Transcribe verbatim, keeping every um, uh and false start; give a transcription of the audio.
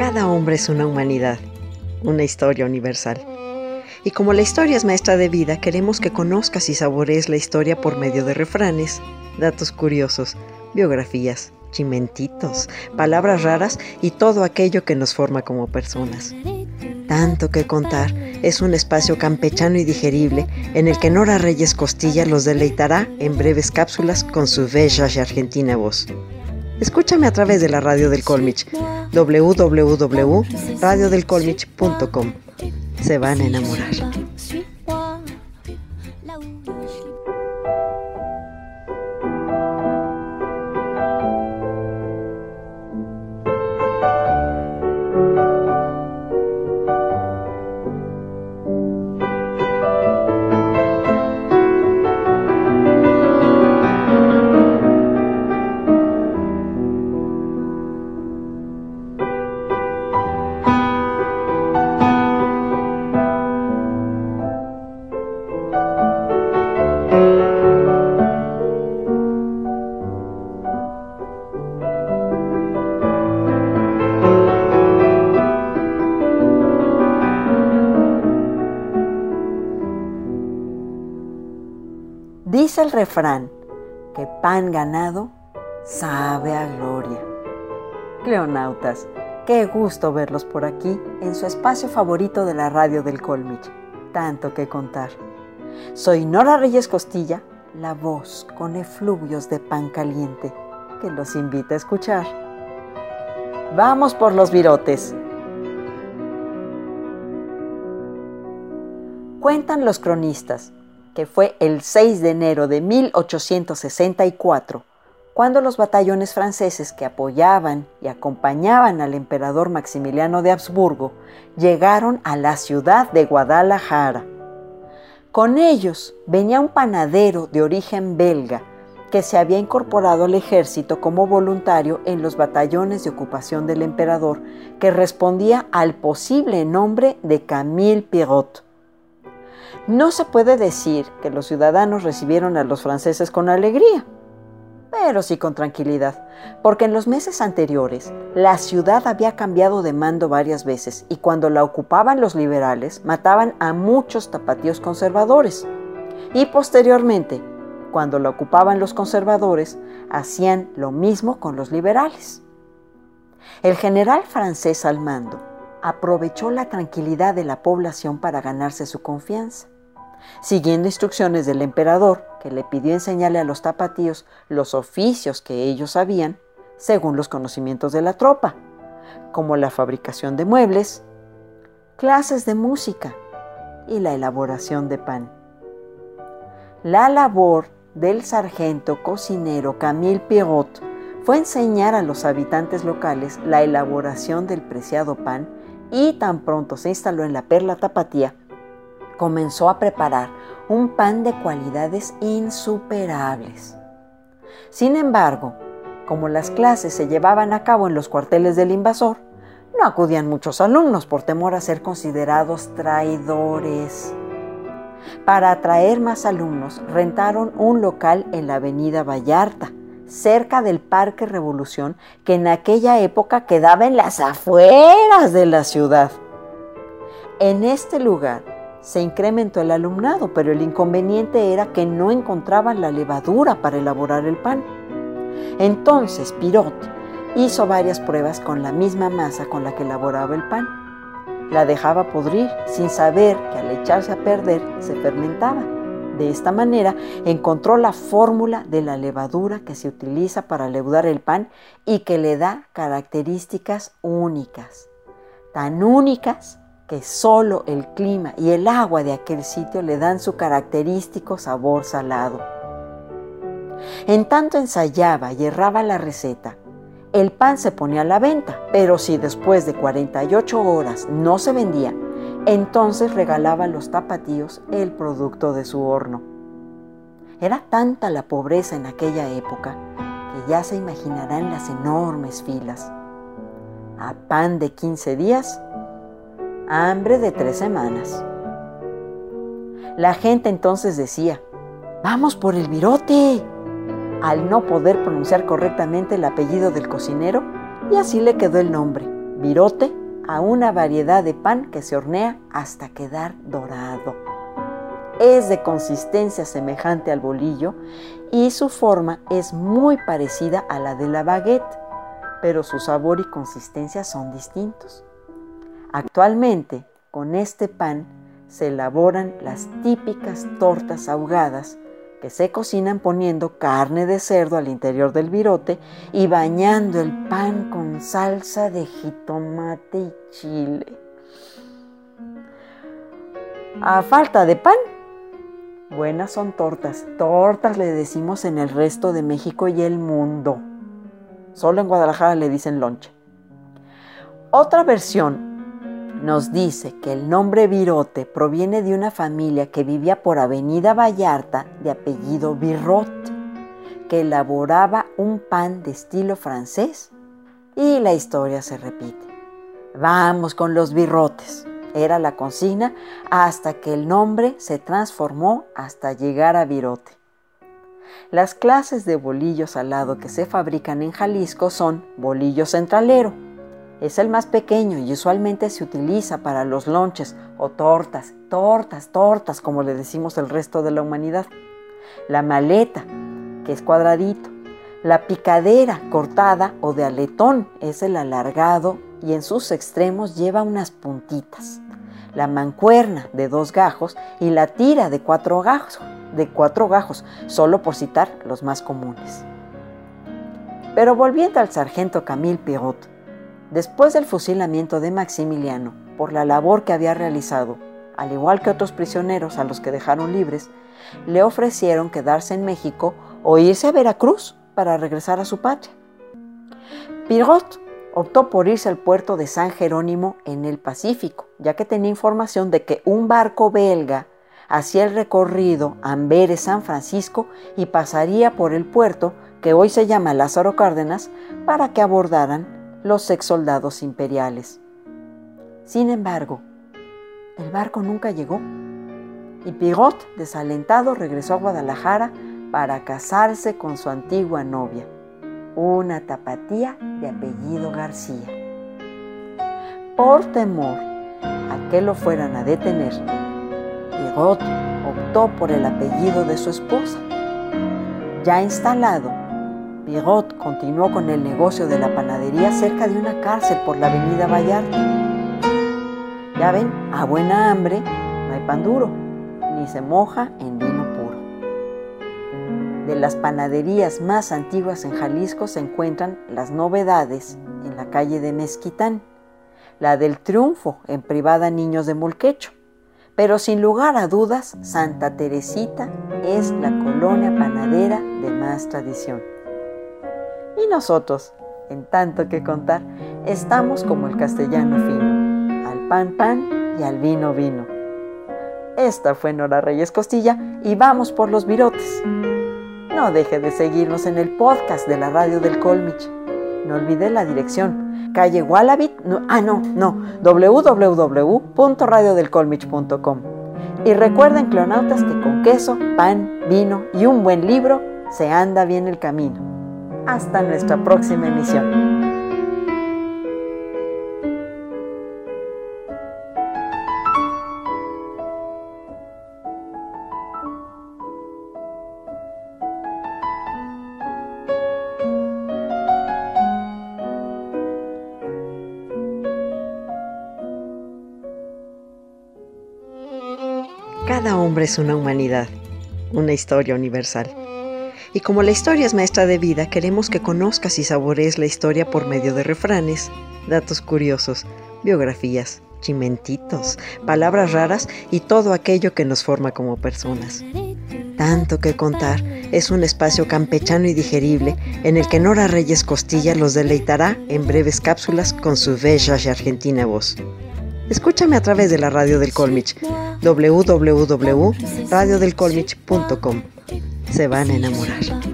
Cada hombre es una humanidad, una historia universal. Y como la historia es maestra de vida, queremos que conozcas y saborees la historia por medio de refranes, datos curiosos, biografías, chimentitos, palabras raras y todo aquello que nos forma como personas. Tanto que contar es un espacio campechano y digerible en el que Nora Reyes Costilla los deleitará en breves cápsulas con su bella y argentina voz. Escúchame a través de la radio del Colmich, doble u doble u doble u punto radio del colmich punto com. Se van a enamorar. Dice el refrán que pan ganado sabe a gloria. Cleonautas, qué gusto verlos por aquí en su espacio favorito de la radio del Colmich, tanto que contar. Soy Nora Reyes Costilla, la voz con efluvios de pan caliente que los invita a escuchar. Vamos por los virotes. Cuentan los cronistas que fue el seis de enero de mil ochocientos sesenta y cuatro, cuando los batallones franceses que apoyaban y acompañaban al emperador Maximiliano de Habsburgo llegaron a la ciudad de Guadalajara. Con ellos venía un panadero de origen belga que se había incorporado al ejército como voluntario en los batallones de ocupación del emperador, que respondía al posible nombre de Camille Pirot. No se puede decir que los ciudadanos recibieron a los franceses con alegría, pero sí con tranquilidad, porque en los meses anteriores la ciudad había cambiado de mando varias veces y cuando la ocupaban los liberales mataban a muchos tapatíos conservadores y posteriormente, cuando la ocupaban los conservadores, hacían lo mismo con los liberales. El general francés al mando aprovechó la tranquilidad de la población para ganarse su confianza. Siguiendo instrucciones del emperador, que le pidió enseñarle a los tapatíos los oficios que ellos sabían, según los conocimientos de la tropa, como la fabricación de muebles, clases de música y la elaboración de pan. La labor del sargento cocinero Camille Pirot fue enseñar a los habitantes locales la elaboración del preciado pan y tan pronto se instaló en la Perla Tapatía, comenzó a preparar un pan de cualidades insuperables. Sin embargo, como las clases se llevaban a cabo en los cuarteles del invasor, no acudían muchos alumnos por temor a ser considerados traidores. Para atraer más alumnos, rentaron un local en la avenida Vallarta, cerca del Parque Revolución, que en aquella época quedaba en las afueras de la ciudad. En este lugar se incrementó el alumnado, pero el inconveniente era que no encontraban la levadura para elaborar el pan. Entonces Pirot hizo varias pruebas con la misma masa con la que elaboraba el pan. La dejaba podrir sin saber que al echarse a perder se fermentaba. De esta manera encontró la fórmula de la levadura que se utiliza para leudar el pan y que le da características únicas. Tan únicas que solo el clima y el agua de aquel sitio le dan su característico sabor salado. En tanto ensayaba y erraba la receta, el pan se ponía a la venta, pero si después de cuarenta y ocho horas no se vendía, entonces regalaba a los tapatíos el producto de su horno. Era tanta la pobreza en aquella época que ya se imaginarán las enormes filas. A pan de quince días, hambre de tres semanas. La gente entonces decía, ¡vamos por el virote!, al no poder pronunciar correctamente el apellido del cocinero, y así le quedó el nombre, virote a una variedad de pan que se hornea hasta quedar dorado. Es de consistencia semejante al bolillo y su forma es muy parecida a la de la baguette, pero su sabor y consistencia son distintos. Actualmente, con este pan se elaboran las típicas tortas ahogadas que se cocinan poniendo carne de cerdo al interior del virote y bañando el pan con salsa de jitomate y chile. A falta de pan, buenas son tortas. Tortas le decimos en el resto de México y el mundo. Solo en Guadalajara le dicen lonche. Otra versión nos dice que el nombre virote proviene de una familia que vivía por Avenida Vallarta de apellido Virot, que elaboraba un pan de estilo francés, y la historia se repite. Vamos con los birrotes, era la consigna hasta que el nombre se transformó hasta llegar a virote. Las clases de bolillo salado que se fabrican en Jalisco son bolillo centralero. Es el más pequeño y usualmente se utiliza para los lonches o tortas, tortas, tortas, como le decimos el resto de la humanidad. La maleta, que es cuadradito. La picadera cortada o de aletón es el alargado y en sus extremos lleva unas puntitas. La mancuerna de dos gajos y la tira de cuatro gajos, de cuatro gajos, solo por citar los más comunes. Pero volviendo al sargento Camille Pirot, después del fusilamiento de Maximiliano por la labor que había realizado, al igual que otros prisioneros a los que dejaron libres, le ofrecieron quedarse en México o irse a Veracruz para regresar a su patria. Pirot optó por irse al puerto de San Jerónimo en el Pacífico, ya que tenía información de que un barco belga hacía el recorrido Amberes-San Francisco y pasaría por el puerto que hoy se llama Lázaro Cárdenas para que abordaran los ex soldados imperiales. Sin embargo, el barco nunca llegó y Pirot, desalentado, regresó a Guadalajara para casarse con su antigua novia, una tapatía de apellido García. Por temor a que lo fueran a detener, Pirot optó por el apellido de su esposa. Ya instalado, Pirot continuó con el negocio de la panadería cerca de una cárcel por la avenida Vallarta. Ya ven, a buena hambre no hay pan duro, ni se moja en vino puro. De las panaderías más antiguas en Jalisco se encuentran las Novedades en la calle de Mezquitán, la del Triunfo en Privada Niños de Molquecho, pero sin lugar a dudas Santa Teresita es la colonia panadera de más tradición. Y nosotros, en tanto que contar, estamos como el castellano fino, al pan pan y al vino vino. Esta fue Nora Reyes Costilla y vamos por los virotes. No deje de seguirnos en el podcast de la Radio del Colmich. No olvide la dirección, calle Gualabit, no, ah no, no, doble u doble u doble u punto radio del colmich punto com. Y recuerden, clonautas, que con queso, pan, vino y un buen libro se anda bien el camino. Hasta nuestra próxima emisión. Cada hombre es una humanidad, una historia universal. Y como la historia es maestra de vida, queremos que conozcas y saborees la historia por medio de refranes, datos curiosos, biografías, chimentitos, palabras raras y todo aquello que nos forma como personas. Tanto que contar es un espacio campechano y digerible en el que Nora Reyes Costilla los deleitará en breves cápsulas con su bella y argentina voz. Escúchame a través de la Radio del Colmich, doble u doble u doble u punto radio del colmich punto com. Se van a enamorar.